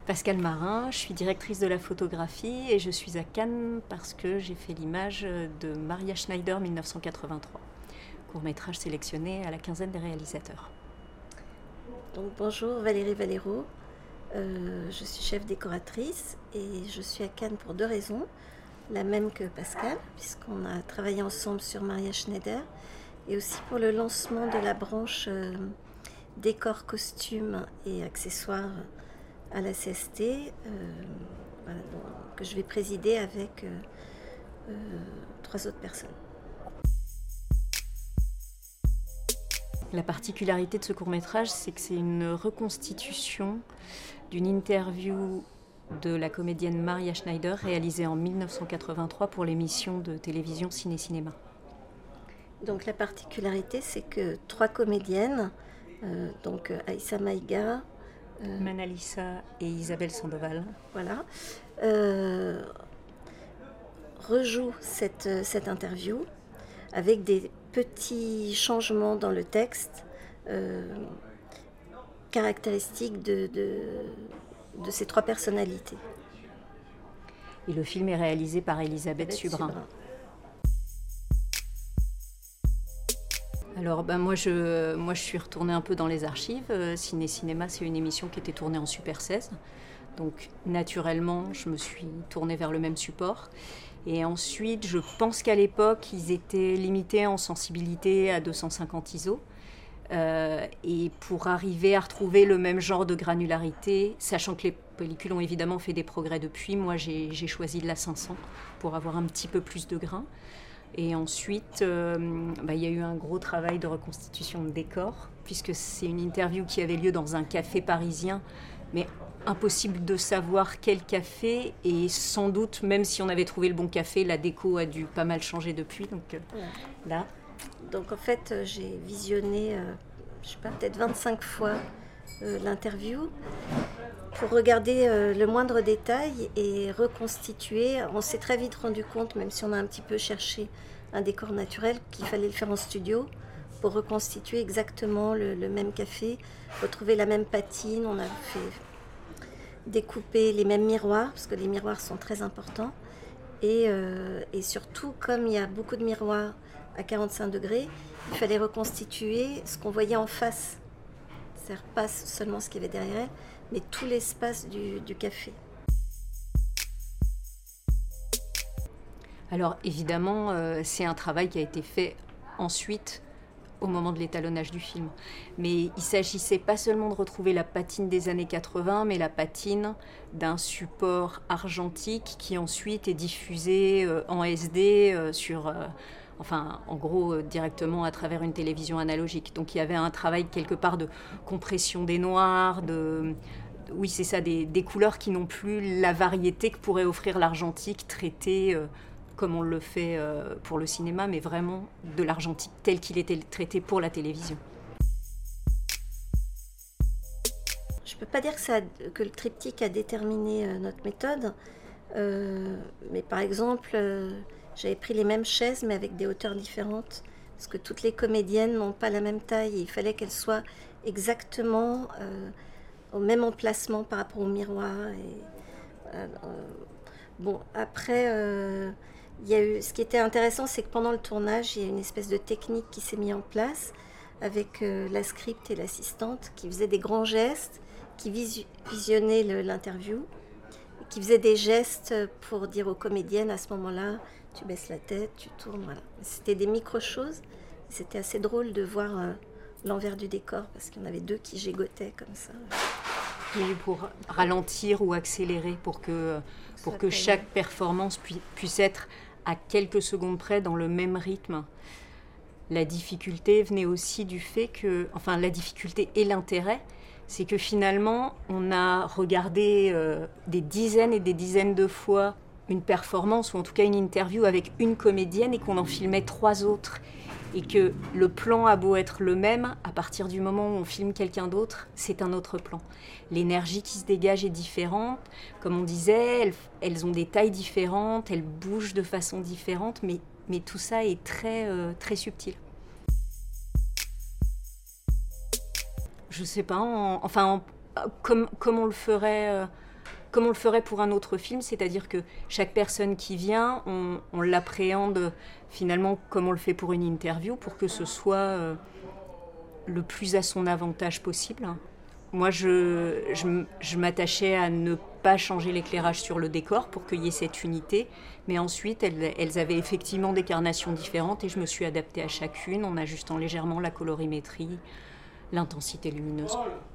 Pascale Marin, je suis directrice de la photographie et je suis à Cannes parce que j'ai fait l'image de Maria Schneider 1983, court-métrage sélectionné à la quinzaine des réalisateurs. Donc, bonjour Valérie Valero, je suis chef décoratrice et je suis à Cannes pour 2 raisons. La même que Pascal, puisqu'on a travaillé ensemble sur Maria Schneider, et aussi pour le lancement de la branche décor, costumes et accessoires à la CST, voilà, que je vais présider avec 3 autres personnes. La particularité de ce court-métrage, c'est que c'est une reconstitution d'une interview de la comédienne Maria Schneider réalisée en 1983 pour l'émission de télévision Ciné-Cinéma. Donc la particularité, c'est que 3 comédiennes, Aïssa Maïga, Manalisa et Isabelle Sandoval. Voilà, rejouent cette interview avec des petits changements dans le texte caractéristiques de ces 3 personnalités. Et le film est réalisé par Elisabeth Subrin. Alors moi je suis retournée un peu dans les archives. Ciné-Cinéma, c'est une émission qui était tournée en Super 16. Donc naturellement, je me suis tournée vers le même support. Et ensuite, je pense qu'à l'époque, ils étaient limités en sensibilité à 250 ISO. Et pour arriver à retrouver le même genre de granularité, sachant que les pellicules ont évidemment fait des progrès depuis, moi j'ai choisi de la 500 pour avoir un petit peu plus de grain. Et ensuite, il y a eu un gros travail de reconstitution de décor, puisque c'est une interview qui avait lieu dans un café parisien, mais impossible de savoir quel café, et sans doute, même si on avait trouvé le bon café, la déco a dû pas mal changer depuis. Là. Donc en fait, j'ai visionné, peut-être 25 fois l'interview pour regarder le moindre détail et reconstituer. On s'est très vite rendu compte, même si on a un petit peu cherché un décor naturel, qu'il fallait le faire en studio pour reconstituer exactement le même café, retrouver la même patine. On a fait découper les mêmes miroirs, parce que les miroirs sont très importants. Et surtout, comme il y a beaucoup de miroirs à 45 degrés, il fallait reconstituer ce qu'on voyait en face. C'est-à-dire pas seulement ce qu'il y avait derrière elle, mais tout l'espace du café. Alors évidemment, c'est un travail qui a été fait ensuite au moment de l'étalonnage du film. Mais il ne s'agissait pas seulement de retrouver la patine des années 80, mais la patine d'un support argentique qui ensuite est diffusé en SD en gros directement à travers une télévision analogique. Donc il y avait un travail quelque part de compression des noirs, oui, c'est ça, des couleurs qui n'ont plus la variété que pourrait offrir l'argentique traité comme on le fait pour le cinéma, mais vraiment de l'argentique tel qu'il était traité pour la télévision. Je ne peux pas dire que le triptyque a déterminé notre méthode, mais par exemple, j'avais pris les mêmes chaises, mais avec des hauteurs différentes, parce que toutes les comédiennes n'ont pas la même taille, et il fallait qu'elles soient exactement au même emplacement par rapport au miroir. Après, ce qui était intéressant, c'est que pendant le tournage, il y a une espèce de technique qui s'est mise en place avec la script et l'assistante qui faisaient des grands gestes, qui visionnaient l'interview, qui faisaient des gestes pour dire aux comédiennes à ce moment-là, tu baisses la tête, tu tournes, voilà. C'était des micro-choses. C'était assez drôle de voir l'envers du décor parce qu'il y en avait 2 qui gigotaient comme ça. Oui, pour ralentir ou accélérer, pour que chaque performance puisse être à quelques secondes près dans le même rythme. La difficulté venait aussi du fait que, la difficulté et l'intérêt, c'est que finalement, on a regardé des dizaines et des dizaines de fois une performance, ou en tout cas une interview avec une comédienne, et qu'on en filmait 3 autres. Et que le plan a beau être le même, à partir du moment où on filme quelqu'un d'autre, c'est un autre plan. L'énergie qui se dégage est différente. Comme on disait, elles ont des tailles différentes, elles bougent de façon différente, mais tout ça est très, très subtil. Je sais pas, comme on le ferait comme on le ferait pour un autre film, c'est-à-dire que chaque personne qui vient, on l'appréhende finalement comme on le fait pour une interview, pour que ce soit le plus à son avantage possible. Moi, je m'attachais à ne pas changer l'éclairage sur le décor pour qu'il y ait cette unité, mais ensuite, elles avaient effectivement des carnations différentes et je me suis adaptée à chacune en ajustant légèrement la colorimétrie, l'intensité lumineuse.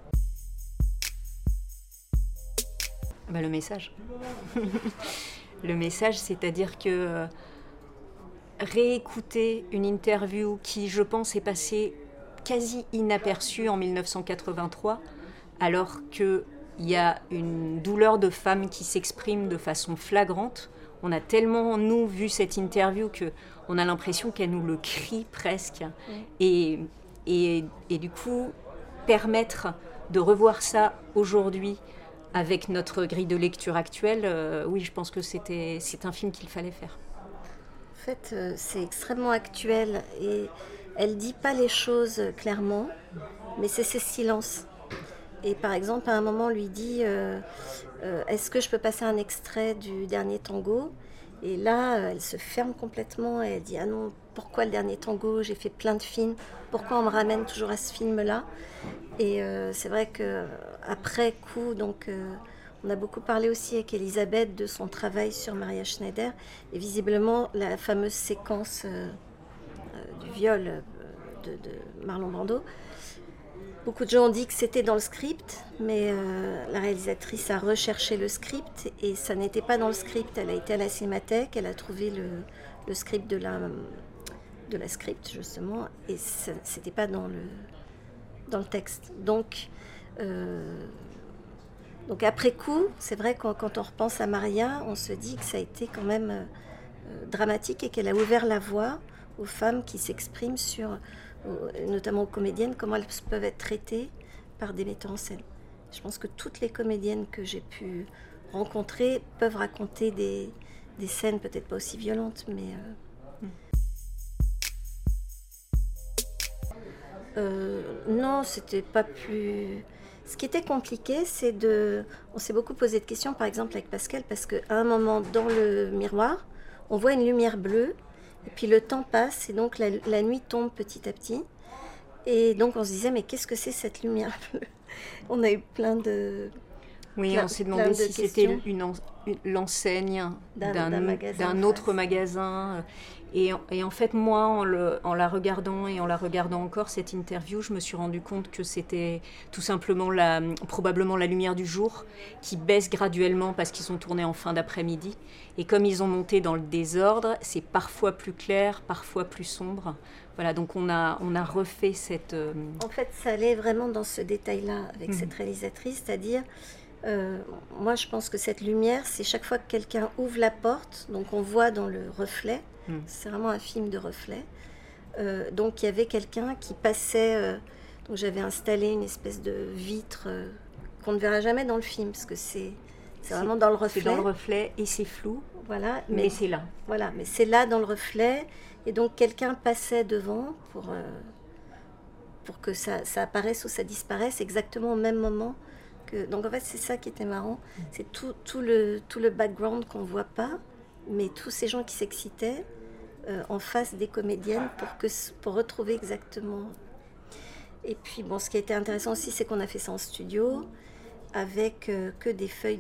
Le message. Le message, c'est-à-dire que réécouter une interview qui, je pense, est passée quasi inaperçue en 1983, alors qu'il y a une douleur de femme qui s'exprime de façon flagrante. On a tellement, nous, vu cette interview qu'on a l'impression qu'elle nous le crie presque. Et du coup, permettre de revoir ça aujourd'hui avec notre grille de lecture actuelle, oui, je pense que c'est un film qu'il fallait faire. En fait, c'est extrêmement actuel et elle dit pas les choses clairement, mais c'est ses silences. Et par exemple, à un moment, on lui dit est-ce que je peux passer un extrait du dernier tango ? Et là, elle se ferme complètement et elle dit ah non, pourquoi le dernier tango ? J'ai fait plein de films, pourquoi on me ramène toujours à ce film-là ? Et c'est vrai qu'après coup, donc, on a beaucoup parlé aussi avec Elisabeth de son travail sur Maria Schneider. Et visiblement, la fameuse séquence du viol de Marlon Brando, beaucoup de gens ont dit que c'était dans le script, mais la réalisatrice a recherché le script et ça n'était pas dans le script. Elle a été à la Cinémathèque, elle a trouvé le script de la script, justement, et c'était pas dans le texte. Donc après coup, c'est vrai que quand on repense à Maria, on se dit que ça a été quand même dramatique et qu'elle a ouvert la voie aux femmes qui s'expriment sur, notamment aux comédiennes, comment elles peuvent être traitées par des metteurs en scène. Je pense que toutes les comédiennes que j'ai pu rencontrer peuvent raconter des scènes peut-être pas aussi violentes, mais non, c'était pas plus... Ce qui était compliqué, on s'est beaucoup posé de questions, par exemple avec Pascal, parce qu'à un moment, dans le miroir, on voit une lumière bleue, et puis le temps passe, et donc la nuit tombe petit à petit. Et donc on se disait, mais qu'est-ce que c'est cette lumière bleue ? On a eu plein de... Oui, on s'est demandé si c'était l'enseigne d'un autre magasin. Et en fait, moi, en la regardant et en la regardant encore, cette interview, je me suis rendu compte que c'était tout simplement probablement la lumière du jour qui baisse graduellement parce qu'ils ont tourné en fin d'après-midi. Et comme ils ont monté dans le désordre, c'est parfois plus clair, parfois plus sombre. Voilà, donc on a refait cette... En fait, ça allait vraiment dans ce détail-là avec cette réalisatrice, c'est-à-dire... moi, je pense que cette lumière, c'est chaque fois que quelqu'un ouvre la porte, donc on voit dans le reflet, c'est vraiment un film de reflet. Donc il y avait quelqu'un qui passait, donc j'avais installé une espèce de vitre qu'on ne verra jamais dans le film, parce que c'est vraiment dans le reflet. C'est dans le reflet et c'est flou, voilà, mais c'est là. Voilà, mais c'est là dans le reflet, et donc quelqu'un passait devant pour que ça apparaisse ou ça disparaisse exactement au même moment. Donc en fait c'est ça qui était marrant, c'est tout le background qu'on ne voit pas, mais tous ces gens qui s'excitaient en face des comédiennes pour retrouver exactement. Et puis bon, ce qui a été intéressant aussi, c'est qu'on a fait ça en studio avec que des feuilles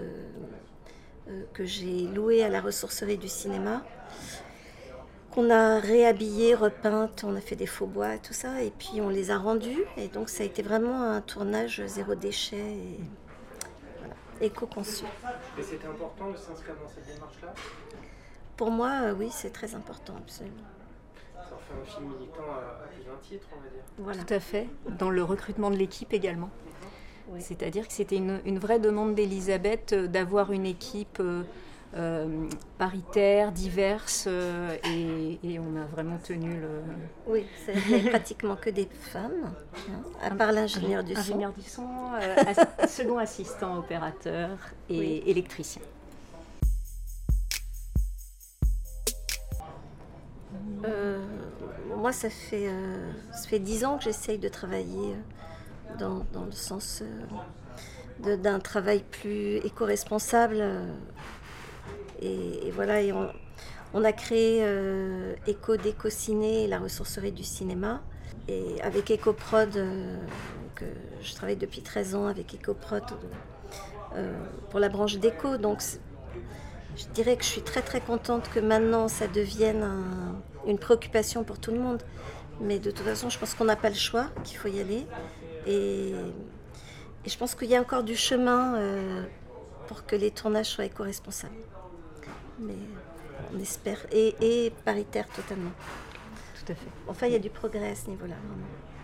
que j'ai louées à la ressourcerie du cinéma, qu'on a réhabillées, repeintes, on a fait des faux bois, tout ça, et puis on les a rendues, et donc ça a été vraiment un tournage zéro déchet et voilà, éco-conçu. Et c'était important de s'inscrire dans cette démarche-là ? Pour moi, oui, c'est très important, absolument. Ça en fait un film militant à plus d'un titre, on va dire. Voilà. Tout à fait, dans le recrutement de l'équipe également. Oui. C'est-à-dire que c'était une vraie demande d'Elisabeth d'avoir une équipe... paritaire, diverse, et on a vraiment tenu le... Oui, il n'y a pratiquement que des femmes, à part l'ingénieur du son. Ingénieur du son, second assistant opérateur et électricien. Moi, ça fait 10 ans que j'essaye de travailler dans le sens d'un travail plus éco-responsable. Et voilà, et on a créé Éco-Déco-Ciné, la ressourcerie du cinéma. Et avec Ecoprod, je travaille depuis 13 ans avec Ecoprod pour la branche déco. Donc je dirais que je suis très très contente que maintenant ça devienne une préoccupation pour tout le monde. Mais de toute façon, je pense qu'on n'a pas le choix, qu'il faut y aller. Et je pense qu'il y a encore du chemin pour que les tournages soient éco-responsables. Mais on espère. Et paritaire totalement. Tout à fait. Enfin, il y a du progrès à ce niveau-là, vraiment.